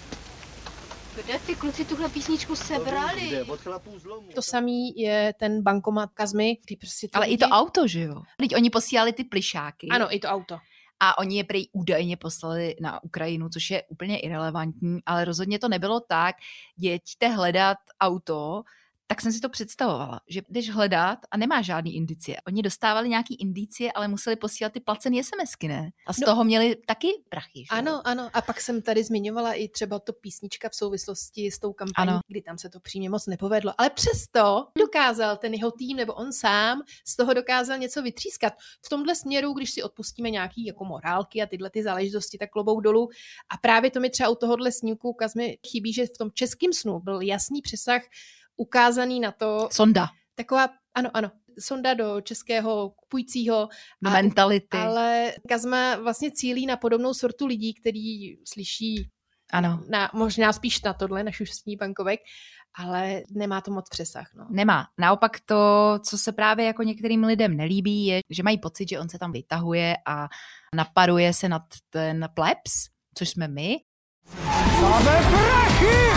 Kde ty kluci tuhle písničku sebrali? To samý je ten bankomat Kazmy. Prostě ale lidi... i to auto, že jo? Teď oni posílali ty plišáky. Ano, i to auto. A oni je prý údajně poslali na Ukrajinu, což je úplně irelevantní, ale rozhodně to nebylo tak, jeďte hledat auto, tak jsem si to představovala, že jdeš hledat a nemá žádný indicie. Oni dostávali nějaký indicie, ale museli posílat ty placený SMSky, ne? A z no, toho měli taky prachy. Že? Ano, ano. A pak jsem tady zmiňovala i třeba to písnička v souvislosti s tou kampaní, ano. kdy tam se to přímě moc nepovedlo. Ale přesto dokázal ten jeho tým, nebo on sám, z toho dokázal něco vytřískat. V tomhle směru, když si odpustíme nějaký jako morálky a tyhle ty záležitosti, tak klobouk dolů. A právě to mi třeba u tohohle snímku Kazmy chybí, že v tom českém snu byl jasný přesah ukázaný na to... Sonda. Taková, ano, ano, sonda do českého kupujícího. Do mentality. Ale Kazma vlastně cílí na podobnou sortu lidí, který slyší ano. Na, možná spíš na tohle, na šuštění bankovek, ale nemá to moc přesah. No. Nemá. Naopak to, co se právě jako některým lidem nelíbí, je, že mají pocit, že on se tam vytahuje a naparuje se nad ten plebs, což jsme my. Máme prachy!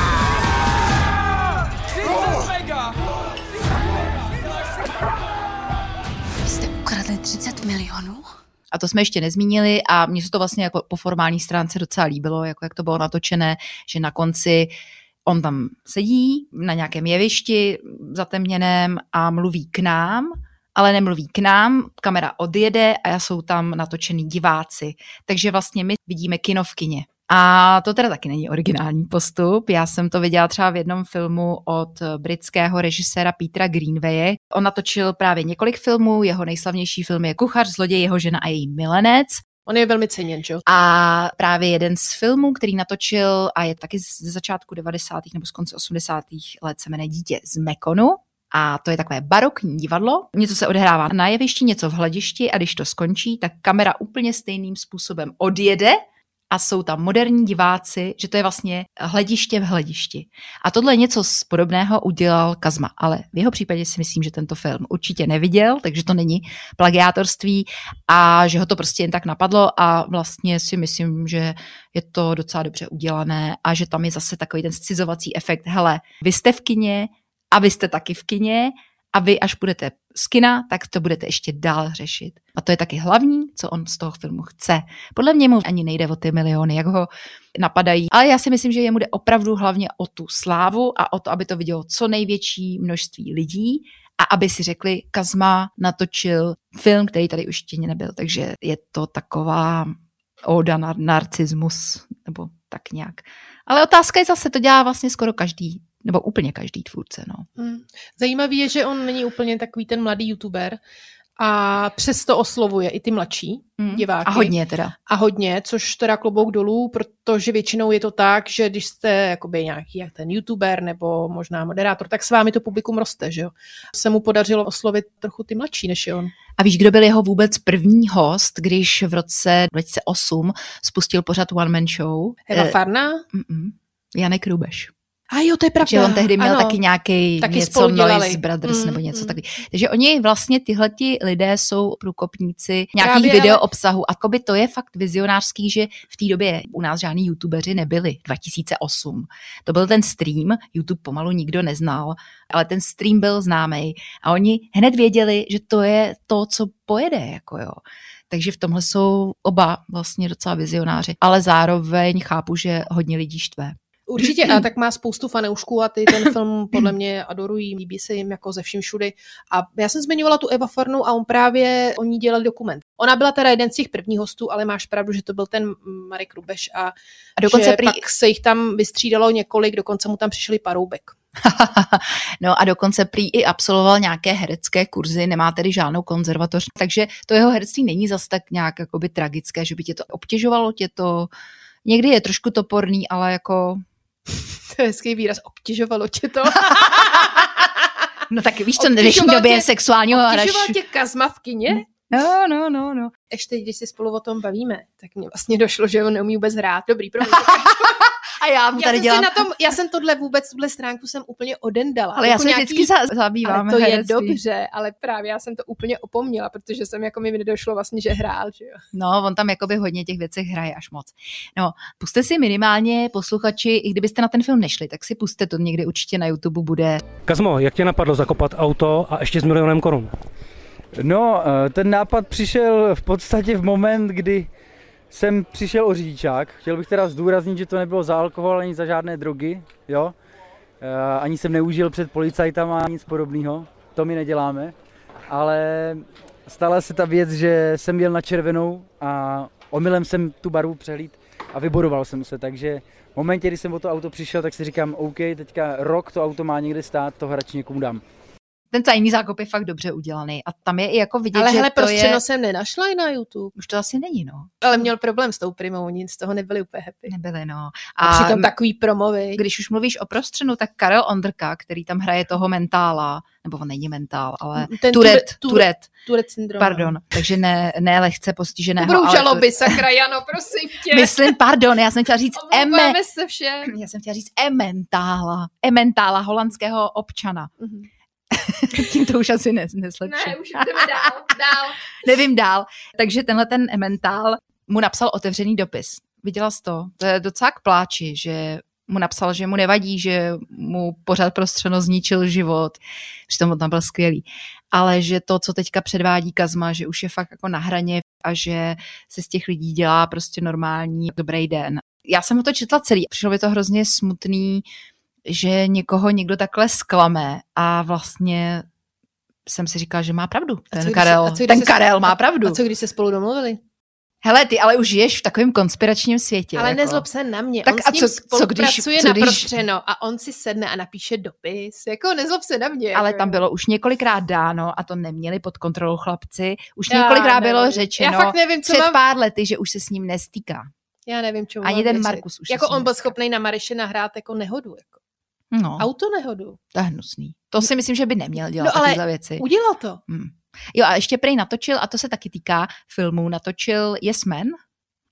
Vy jste ukradli třicet milionů? A to jsme ještě nezmínili a mně se to vlastně jako po formální stránce docela líbilo, jako jak to bylo natočené, že na konci on tam sedí na nějakém jevišti zatemněném a mluví k nám, ale nemluví k nám, kamera odjede a jsou tam natočený diváci. Takže vlastně my vidíme kino v kině. A to teda taky není originální postup. Já jsem to viděla třeba v jednom filmu od britského režiséra Petera Greenwaye. On natočil právě několik filmů, jeho nejslavnější film je Kuchař, zloděj, jeho žena a její milenec. On je velmi ceněn, jo? A právě jeden z filmů, který natočil a je taky ze začátku devadesátých nebo z konce osmdesátých let, se jmenuje Dítě z Mekonu. A to je takové barokní divadlo. Něco se odehrává na jevišti, něco v hledišti a když to skončí, tak kamera úplně stejným způsobem odjede a jsou tam moderní diváci, že to je vlastně hlediště v hledišti. A tohle něco z podobného udělal Kazma, ale v jeho případě si myslím, že tento film určitě neviděl, takže to není plagiátorství a že ho to prostě jen tak napadlo a vlastně si myslím, že je to docela dobře udělané a že tam je zase takový ten scizovací efekt. Hele, vy jste v kině a vy jste taky v kině a vy až budete z kina, tak to budete ještě dál řešit. A to je taky hlavní, co on z toho filmu chce. Podle mě mu ani nejde o ty miliony, jak ho napadají. Ale já si myslím, že jemu jde opravdu hlavně o tu slávu a o to, aby to vidělo co největší množství lidí a aby si řekli, Kazma natočil film, který tady už ještě nebyl. Takže je to taková óda na narcismus, nebo tak nějak. Ale otázka je zase, to dělá vlastně skoro každý, nebo úplně každý tvůrce. No. Hmm. Zajímavý je, že on není úplně takový ten mladý youtuber a přesto oslovuje i ty mladší hmm. diváky. A hodně teda. A hodně, což teda klobouk dolů, protože většinou je to tak, že když jste jakoby nějaký jak ten youtuber nebo možná moderátor, tak s vámi to publikum roste, že jo. Se mu podařilo oslovit trochu ty mladší, než je on. A víš, kdo byl jeho vůbec první host, když v roce dva tisíce osm spustil pořad One Man Show? Eva Farna? Mm-mm. Janek Rubeš. A jo, to je pravda. Že on tehdy měl ano, taky nějaký taky něco Noise Brothers mm, nebo něco mm. takový. Takže oni vlastně tyhleti lidé jsou průkopníci nějakých Právě, video ale... obsahu. A by to je fakt vizionářský, že v té době u nás žádný youtubeři nebyli. dva tisíce osm. To byl ten stream, YouTube pomalu nikdo neznal, ale ten stream byl známý. A oni hned věděli, že to je to, co pojede. Jako jo. Takže v tomhle jsou oba vlastně docela vizionáři. Ale zároveň chápu, že hodně lidí štve. Určitě, a tak má spoustu fanoušků a ty ten film podle mě adorují, líbí se jim jako ze vším všudy. A já jsem zmiňovala tu Eva Farnu a on právě o ní dělal dokument. Ona byla teda jeden z těch prvních hostů, ale máš pravdu, že to byl ten Marek Rubeš a, a dokonce že prý... pak se jich tam vystřídalo několik, dokonce mu tam přišli Paroubek. No a dokonce prý i absolvoval nějaké herecké kurzy, nemá tedy žádnou konzervatoř, takže to jeho herectví není zas tak nějak jakoby tragické, že by tě to obtěžovalo, tě to někdy je trošku toporný, ale jako... To je hezký výraz, obtěžovalo tě to. No tak víš, co v dnešní době sexuálního hraš. Obtěžoval tě Kazma v kině? No, no, no, no. Ještě když si spolu o tom bavíme, tak mě vlastně došlo, že on neumí vůbec hrát. Dobrý, pro mě. A já mu tady já dělám... Na tom, já jsem tohle vůbec, tuhle stránku jsem úplně odendala. Ale jako já se nějaký... vždycky zabývám. Ale to herectví. Je dobře, ale právě já jsem to úplně opomněla, protože jsem jako mi nedošlo vlastně, že hrál, že jo. No, on tam jakoby hodně těch věcech hraje až moc. No, puste si minimálně, posluchači, i kdybyste na ten film nešli, tak si puste to, někdy určitě na YouTube bude. Kazmo, jak tě napadlo zakopat auto a ještě s milionem korun? No, ten nápad přišel v podstatě v moment, kdy jsem přišel o řidičák. Chtěl bych teda zdůraznit, že to nebylo za alkohol ani za žádné drogy, jo. Ani jsem neužil před policajtama, nic podobného. To my neděláme. Ale stala se ta věc, že jsem jel na červenou a omylem jsem tu barvu přehlíd a vybodoval jsem se. Takže v momentě, kdy jsem o to auto přišel, tak si říkám, OK, teďka rok to auto má někde stát, to hradši někomu dám. Ten tajný zákop je fakt dobře udělaný a tam je i jako vidět, ale že hele, to je... Ale prostřeno jsem nenašla i na YouTube. Už to asi není, no. Ale měl problém s tou primou, nic z toho nebyli úplně happy. Nebyli, no. A, a přitom takový promovy. Když už mluvíš o prostřenu, tak Karel Ondrka, který tam hraje toho mentála, nebo on není mentál, ale ten Turet, Turet, Turet. Turet syndrom. Pardon, takže ne, ne lehce postiženého. Budou žaloby, sakra, Jano, prosím tě. Myslím, pardon, já jsem chtěla říct eme... se všem. Já jsem chtěla říct ementála. Ementála, holandského občana. Mm-hmm. Tím to už asi neslepší. Ne, už jdeme dál, dál. Nevím dál. Takže tenhle ten ementál mu napsal otevřený dopis. Viděla jsi to? To je docela k pláči, že mu napsal, že mu nevadí, že mu pořád prostřeno zničil život. Přitom on tam byl skvělý. Ale že to, co teďka předvádí Kazma, že už je fakt jako na hraně a že se z těch lidí dělá prostě normální dobrý den. Já jsem ho to četla celý. Přišlo by to hrozně smutný, že někoho někdo takhle zklame a vlastně jsem si říkala, že má pravdu. Ten Karel, se, ten se, Karel má pravdu. A co když se spolu domluvili? Hele, ty ale už žiješ v takovém konspiračním světě. Ale jako. Nezlob se na mě. Tak on a s ním co, spolupracuje co když, na když... prostřeno a on si sedne a napíše dopis. Jako nezlob se na mě. Ale jako. tam bylo už několikrát dáno a to neměli pod kontrolou chlapci. Už Já několikrát nevím. bylo řečeno Já fakt nevím, co před mám... pár lety, že už se s ním nestýká. Já nevím, čemu Ani mám ten věřit. Markus už jako se on byl schopný na Mareše nahrát jako nehodu. Jako. No. Auto nehodu. To je hnusný. To si myslím, že by neměl dělat no, takovéhle věci. Udělal to. Hmm. Jo a ještě prej natočil, a to se taky týká filmů, natočil Yes Man,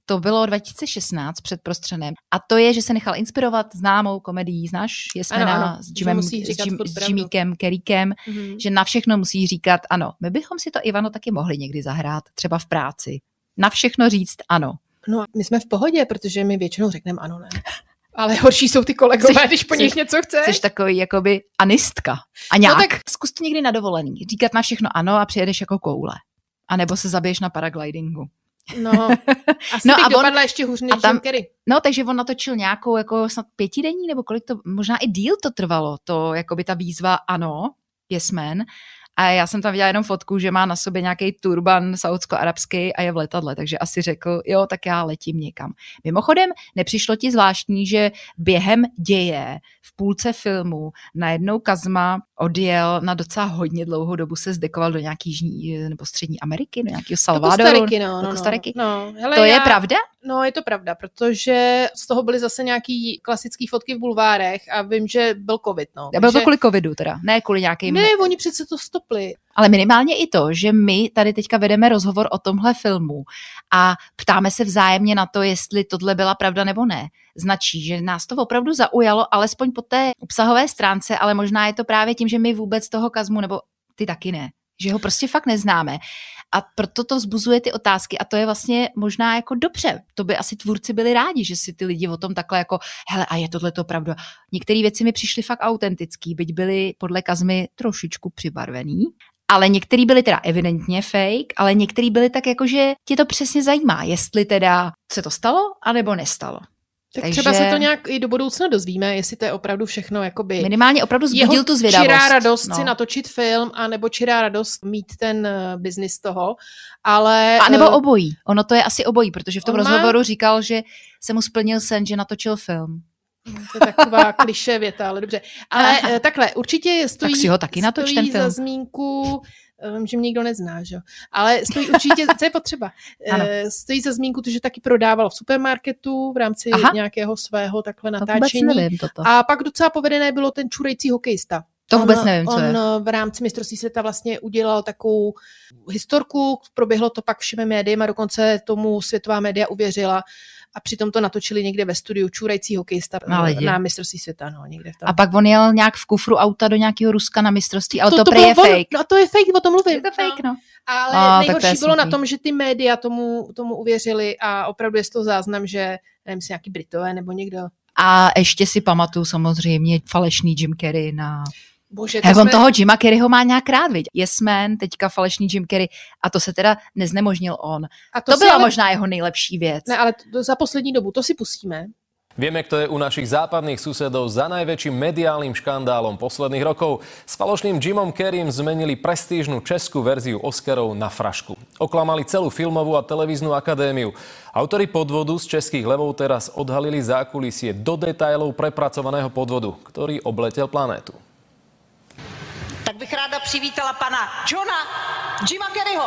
To bylo dva tisíce šestnáct před Prostřenem. A to je, že se nechal inspirovat známou komedií, znáš? Jesmena s, Jimem, s, Jim, s Jimíkem, Keríkem, mm-hmm. že na všechno musí říkat ano. My bychom si to, Ivano, taky mohli někdy zahrát, třeba v práci. Na všechno říct ano. No, my jsme v pohodě, protože my většinou řekneme ano, ne. Ale horší jsou ty kolegové, jsi, když po nich něco chceš. Jsi takový jakoby anistka. A nějak. No tak zkus to někdy na dovolený. Říkat na všechno ano a přijedeš jako koule. A nebo se zabiješ na paraglidingu. No, asi no bych a on, dopadla ještě hůř než Jim Carrey. No, takže on natočil nějakou jako snad pětidenní, nebo kolik to, možná i díl to trvalo, to jakoby ta výzva ano, Yes Man. A já jsem tam viděla jenom fotku, že má na sobě nějaký turban saudsko-arabský a je v letadle, takže asi řekl, jo, tak já letím někam. Mimochodem, nepřišlo ti zvláštní, že během děje v půlce filmu najednou Kazma odjel na docela hodně dlouhou dobu, se zdekoval do nějaký jižní nebo střední Ameriky, do nějakého Salvadoru. Do Kostariky, no. Do Kostariky. no, no. Hele, to já, je pravda? No, je to pravda, protože z toho byly zase nějaký klasický fotky v bulvárech a vím, že byl covid, no. A bylo to kvůli covidu teda, ne kvůli nějakým... Ne, oni přece to stopli. Ale minimálně i to, že my tady teďka vedeme rozhovor o tomhle filmu a ptáme se vzájemně na to, jestli tohle byla pravda nebo ne, značí, že nás to opravdu zaujalo, alespoň po té obsahové stránce, ale možná je to právě tím, že my vůbec toho Kazmu, nebo ty taky ne, že ho prostě fakt neznáme. A proto to vzbuzuje ty otázky a to je vlastně možná jako dobře. To by asi tvůrci byli rádi, že si ty lidi o tom takhle jako, hele, a je tohle to pravda. Některé věci mi přišly fakt autentický, byť byly podle Kazmy trošičku přibarvený. Ale některý byly teda evidentně fake, ale některý byly tak jako, že tě to přesně zajímá, jestli teda se to stalo, anebo nestalo. Tak Takže... třeba se to nějak i do budoucna dozvíme, jestli to je opravdu všechno jakoby... Minimálně opravdu zbudil tu zvědavost. Čirá radost no. si natočit film, anebo čirá radost mít ten uh, biznis toho, ale... A nebo obojí. Ono to je asi obojí, protože v tom má... rozhovoru říkal, že se mu splnil sen, že natočil film. To je taková klišé věta, ale dobře. Ale uh, takhle, určitě stojí, tak si ho taky natoč, stojí ten film. za zmínku... Vím, že mě nikdo nezná, že? Ale stojí určitě, co je potřeba, ano. stojí za zmínku to, že taky prodával v supermarketu v rámci Aha. nějakého svého takhle natáčení. To nevím, toto. A pak docela povedené bylo ten čurající hokejista. To vůbec on, nevím, co on je. v rámci mistrovství světa vlastně udělal takovou historku, proběhlo to pak všemi médiem a dokonce tomu světová média uvěřila. A přitom to natočili někde ve studiu čurající hokejista na mistrovství světa, no, někde v tom. A pak on jel nějak v kufru auta do nějakého Ruska na mistrovství, ale to, to, to to je on, fake. No to je fake, o tom mluvím. Je to fake, no. Ale a, nejhorší bylo na tom, že ty média tomu, tomu uvěřili a opravdu je to záznam, že nevím, si nějaký Britové nebo někdo. A ještě si pamatuju samozřejmě falešný Jim Carrey na... Bože, to He, on jsme... toho Jima Carreyho má nějak rád, viď? Yes Man, teďka falešný Jim Carrey a to se teda neznemožnil on. A to to byla ale... možná jeho nejlepší věc. Ne, ale to, za poslední dobu, to si pustíme. Vieme, kto je u našich západných susedov za najväčším mediálnym škandálom posledných rokov. S falošným Jimom Carreym zmenili prestížnu českú verziu Oscarov na frašku. Oklamali celú filmovú a televíznu akadémiu. Autori podvodu z českých levov teraz odhalili zákulisie do detailov prepracovaného podvodu, ktorý obletel planétu. Tak bych ráda přivítala pana Johna Jima Carreyho.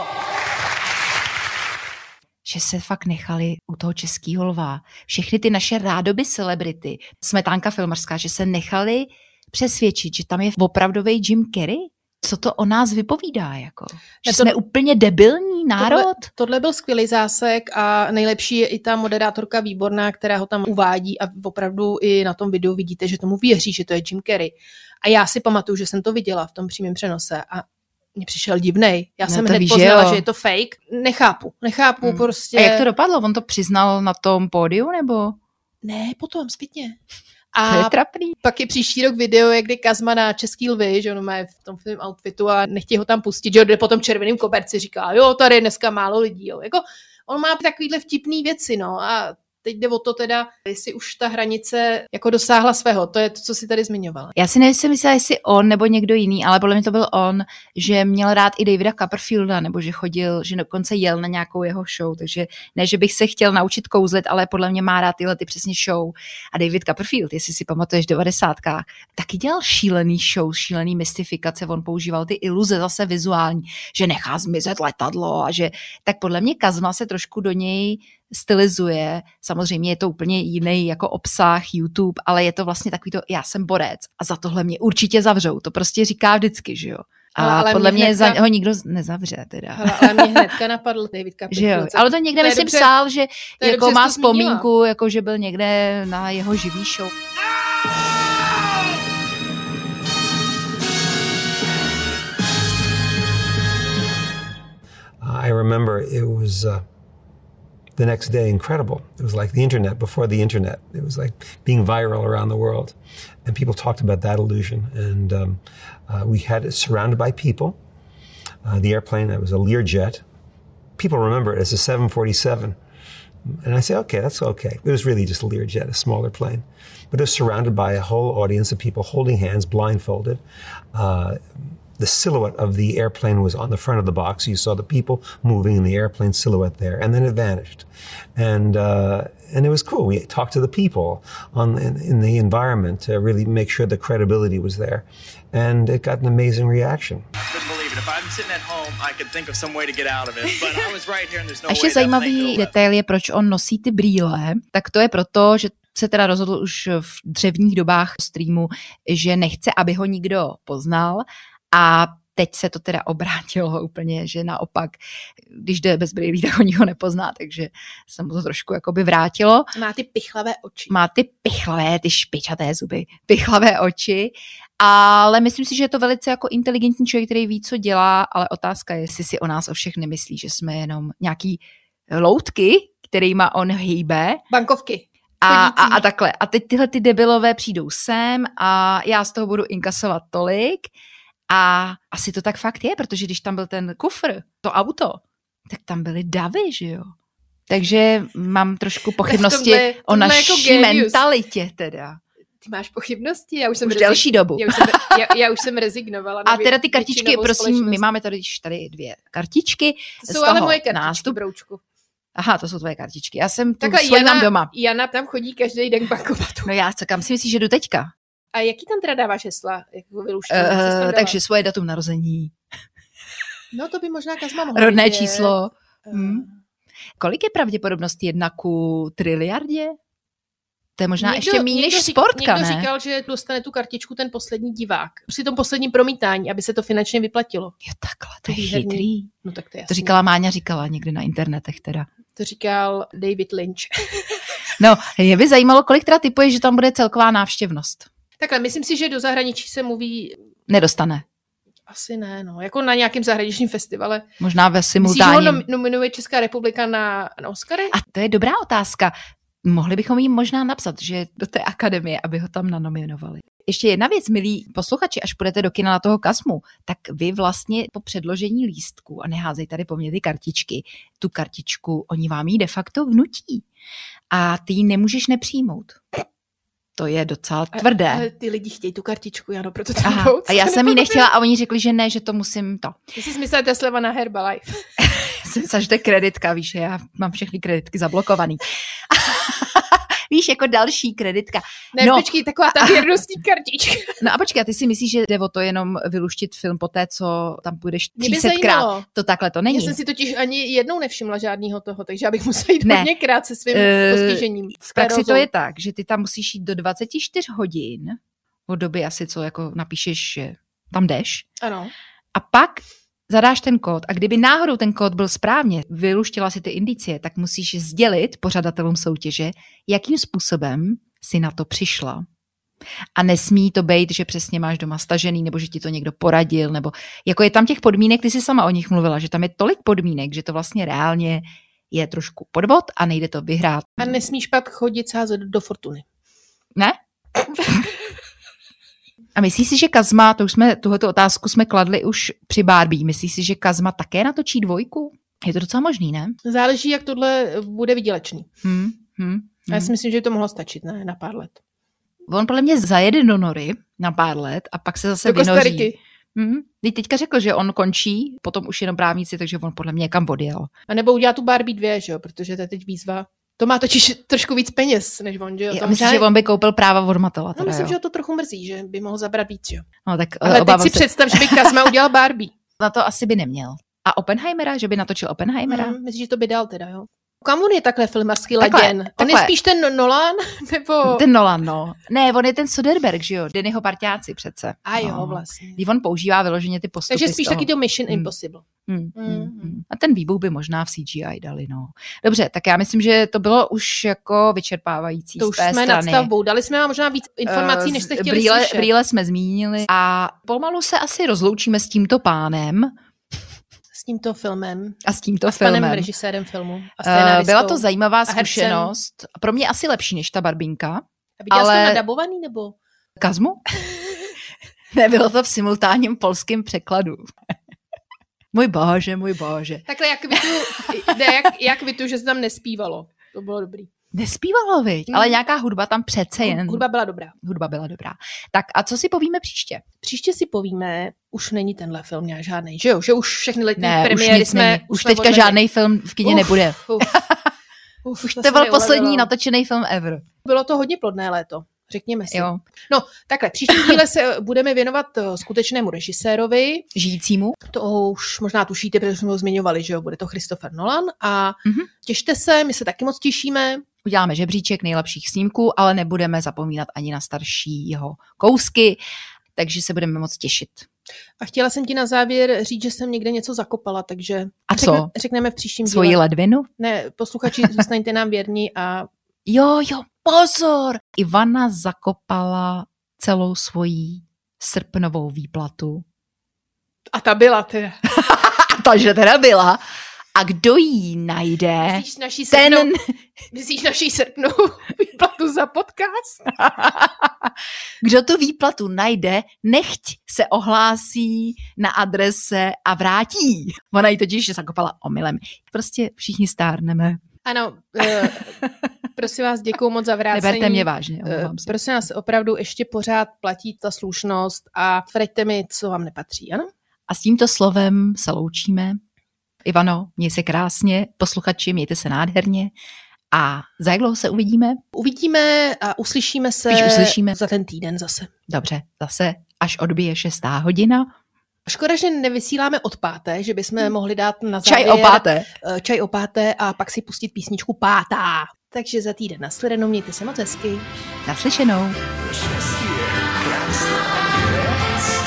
Že se fakt nechali u toho českého lva. Všechny ty naše rádoby celebrity, Smetánka filmařská, že se nechali přesvědčit, že tam je opravdový Jim Carrey? Co to o nás vypovídá? Jako? Že to, jsme úplně debilní národ? Tohle, tohle byl skvělý zásek a nejlepší je i ta moderátorka Výborná, která ho tam uvádí a opravdu i na tom videu vidíte, že tomu věří, že to je Jim Carrey. A já si pamatuju, že jsem to viděla v tom přímém přenose a mně přišel divnej. Já no jsem hned víš, poznala, jo. že je to fake. Nechápu, nechápu hmm. prostě. A jak to dopadlo? On to přiznal na tom pódiu, nebo? Ne, potom, zpětně. A to je trapný. Pak je příští rok video, jak jde Kazma na Český lvy, že on má v tom svém outfitu a nechtějí ho tam pustit, že on jde po tom červeném koberci, říká, jo, tady je dneska málo lidí, jo. Jako, on má takovýhle vtipný věci, no, a teď jde o to teda, jestli už ta hranice jako dosáhla svého. To je to, co si tady zmiňovala. Já si nevím, myslela, jestli on nebo někdo jiný, ale podle mě to byl on, že měl rád i Davida Copperfielda, nebo že chodil, že dokonce jel na nějakou jeho show, takže ne, že bych se chtěl naučit kouzlet, ale podle mě má rád tyhle ty přesně show. A David Copperfield, jestli si pamatuješ v devadesátkách, taky dělal šílený show, šílený mystifikace, on používal ty iluze zase vizuální, že nechá zmizet letadlo a že, tak podle mě Kazma se trošku do něj stylizuje. Samozřejmě je to úplně jiný jako obsah YouTube, ale je to vlastně takový to, já jsem borec a za tohle mě určitě zavřou. To prostě říká vždycky, že jo. A ale, ale podle mě, mě mě hnedka... ho nikdo nezavře teda. Ale, ale mě hnedka napadl David Copperfield. Ale to někde to myslím dobře, psal, že jako má vzpomínku, jako že byl někde na jeho živý show. I remember it was uh, the next day incredible. It was like the internet before the internet. It was like being viral around the world. And people talked about that illusion. And um, uh, we had it surrounded by people. Uh, the airplane, it was a Learjet. People remember it as a seven forty-seven. And I say, okay, that's okay. It was really just a Learjet, a smaller plane. But it was surrounded by a whole audience of people holding hands, blindfolded. Uh, The silhouette of the airplane was on the front of the box. You saw the people moving in the airplane silhouette there, and then it vanished. And uh, and it was cool. We talked to the people on in, in the environment to really make sure the credibility was there, and it got an amazing reaction. Ještě zajímavý detail je, proč on nosí ty brýle, tak to je proto, že se teda rozhodl už v dřevních dobách streamu, že nechce, aby ho nikdo poznal. A teď se to teda obrátilo úplně, že naopak, když jde bez brýlí, tak oni ho nepozná, takže se mu to trošku jakoby vrátilo. Má ty pichlavé oči. Má ty pichlavé, ty špičaté zuby, pichlavé oči, ale myslím si, že je to velice jako inteligentní člověk, který ví, co dělá, ale otázka je, jestli si o nás o všech nemyslí, že jsme jenom nějaký loutky, kterýma on hýbe. Bankovky. A, a, a takhle. A teď tyhle ty debilové přijdou sem a já z toho budu inkasovat tolik. A asi to tak fakt je, protože když tam byl ten kufr, to auto, tak tam byly davy, že jo? Takže mám trošku pochybnosti tomhle, o naší jako mentalitě teda. Ty máš pochybnosti? Já už jsem už rezig... delší dobu. Já už jsem, já, já už jsem rezignovala. A teda ty kartičky, prosím, my máme tady, tady dvě kartičky. To jsou ale moje kartičky, nástup. Broučku. Aha, to jsou tvoje kartičky. Já jsem tu svoji mám doma. Jana tam chodí každý den k bankomatu. No já co, kam si myslíš, že jdu teďka? A jaký tam teda dáváš hesla? Jako uh, takže svoje datum narození. No to by možná Kazma mohla. Rodné vidět. Číslo. Uh. Hmm. Kolik je pravděpodobnost jedna ku triliardě? To je možná někdo, ještě méně než sportka, někdo ne? Někdo říkal, že dostane tu kartičku ten poslední divák. Při tom posledním promítání, aby se to finančně vyplatilo. Jo takhle, to je chytrý. No tak to je To říkala Máňa, říkala někdy na internetech teda. To říkal David Lynch. No, mě by zajímalo, kolik teda typuje, že tam bude celková návštěvnost. Takhle, myslím si, že do zahraničí se mluví... Nedostane. Asi ne, no. Jako na nějakém zahraničním festivale. Možná ve simultánním. Myslíš, že ho nominuje Česká republika na, na Oscary? A to je dobrá otázka. Mohli bychom jim možná napsat, že do té akademie, aby ho tam nanominovali. Ještě jedna věc, milí posluchači, až půjdete do kina na toho Kazmu, tak vy vlastně po předložení lístku, a neházej tady po mně ty kartičky, tu kartičku, oni vám ji de facto vnutí. A ty ji nemůžeš nepřijmout. To je docela tvrdé. Ale ty lidi chtějí tu kartičku, Jano, proto to Aha, a já jsem ji nechtěla a oni řekli, že ne, že to musím to. Ty jsi myslela, že to je sleva na Herbalife. Sažte kreditka, víš, já mám všechny kreditky zablokovaný. Víš, jako další kreditka. Ne, no, počkej, taková ta věrnostní kartička. No a počkej, a ty si myslíš, že jde o to jenom vyluštit film po té, co tam půjdeš tři setkrát? To takhle to není. Já jsem si totiž ani jednou nevšimla žádnýho toho, takže já bych musela jít ne. hodně krát se svým uh, postižením. V praxi to je tak, že ty tam musíš jít do dvacet čtyři hodin, od doby asi, co jako napíšeš, že tam jdeš. Ano. A pak zadáš ten kód a kdyby náhodou ten kód byl správně, vyluštila si ty indicie, tak musíš sdělit pořadatelům soutěže, jakým způsobem si na to přišla. A nesmí to být, že přesně máš doma stažený, nebo že ti to někdo poradil, nebo jako je tam těch podmínek, ty jsi sama o nich mluvila, že tam je tolik podmínek, že to vlastně reálně je trošku podvod a nejde to vyhrát. A nesmíš pak chodit sázet do fortuny. Ne? A myslíš si, že Kazma, to už jsme, tuhletu otázku jsme kladli už při Barbie, myslíš si, že Kazma také natočí dvojku? Je to docela možný, ne? Záleží, jak tohle bude vydělečný. Hmm, hmm, hmm. Já si myslím, že by to mohlo stačit, ne? Na pár let. On podle mě zajede do nory na pár let a pak se zase do vynoří. Hmm. Teďka řekl, že on končí, potom už jenom právníci, takže on podle mě někam odjel. A nebo udělá tu Barbie dvě, že jo? Protože to je teď výzva. To má totiž trošku víc peněz, než on, že jo? Já myslím, že on by koupil práva od Matela. No, myslím, jo. že ho to trochu mrzí, že by mohl zabrat víc, jo? No, tak, ale teď si se... představ, že by Kazma udělal Barbie. Na to asi by neměl. A Oppenheimera, že by natočil Oppenheimera? Mm, myslím, že to by dal teda, jo? Kam on je takhle filmařský Takhle, laděn? On takhle. je spíš ten Nolan? Nebo... Ten Nolan, no. Ne, on je ten Soderbergh, že jo? Dennyho parťáci přece. A jo, no. vlastně. Kdy on používá vyloženě ty postupy. Takže spíš z toho. taky to Mission hmm. Impossible. Hmm, hmm, hmm. A ten výbuch by možná v C G I dali, no. Dobře, tak já myslím, že to bylo už jako vyčerpávající To z už té jsme strany. nadstavbou. Dali jsme vám možná víc informací, než jste chtěli brýle, slyšet. brýle jsme zmínili a pomalu se asi rozloučíme s tímto pánem. S tímto filmem. A s tímto a s filmem. panem režisérem filmu. A Uh, byla to zajímavá a hercem. zkušenost. Pro mě asi lepší než ta Barbínka. A viděla ale... jste to nadabovaný, nebo? Kazmu? Nebylo to v simultánním polském překladu. Můj bože, můj bože. Takhle jak Vitu, ne, jak, jak Vitu, že se tam nespívalo. To bylo dobrý. Nespívalo, viď? Hmm. Ale nějaká hudba tam přece jen. Hudba byla dobrá. Hudba byla dobrá. Tak a co si povíme příště? Příště si povíme, už není tenhle film nějak žádnej, že jo? Že už všechny letní ne, premiéry už jsme... Není. Už, už jsme teďka odvedli. žádný film v kině uf, nebude. Uf, uf, už to to byl se mi poslední ulevilo. natočený film ever. Bylo to hodně plodné léto. Řekněme si. Jo. No, takhle, příští díle se budeme věnovat skutečnému režisérovi. Žijícímu. To už možná tušíte, protože jsme ho zmiňovali, že jo, bude to Christopher Nolan a mm-hmm. těšte se, my se taky moc těšíme. Uděláme žebříček nejlepších snímků, ale nebudeme zapomínat ani na staršího kousky, takže se budeme moc těšit. A chtěla jsem ti na závěr říct, že jsem někde něco zakopala, takže a co? Řekne, řekneme v příštím díle. Svoji ledvinu? Ne, posluchači, zůstaňte nám věrní a... Jo, jo, pozor! Ivana zakopala celou svoji srpnovou výplatu. A ta byla teda. Takže teda byla. A kdo jí najde? Myslíš naší srpnou, ten... Myslíš naší srpnou výplatu za podcast? Kdo tu výplatu najde, nechť se ohlásí na adrese a vrátí. Ona ji totiž zakopala omylem. Prostě všichni stárneme. Ano, uh, prosím vás, děkuju moc za vrácení. Neberte mě vážně, uh, prosím vás, opravdu ještě pořád platí ta slušnost a vraťte mi, co vám nepatří, ano? A s tímto slovem se loučíme. Ivano, měj se krásně, posluchači, mějte se nádherně a za jak dlouho se uvidíme? Uvidíme a uslyšíme se Spíš uslyšíme. za ten týden zase. Dobře, zase až odbije šestá hodina. Škoda, že nevysíláme od páté, že bychom mohli dát na závěr... Čaj o páté. Čaj o páté a pak si pustit písničku pátá. Takže za týden nashledanou, mějte se moc hezky. Naslyšenou. Štěstí je krásná věc.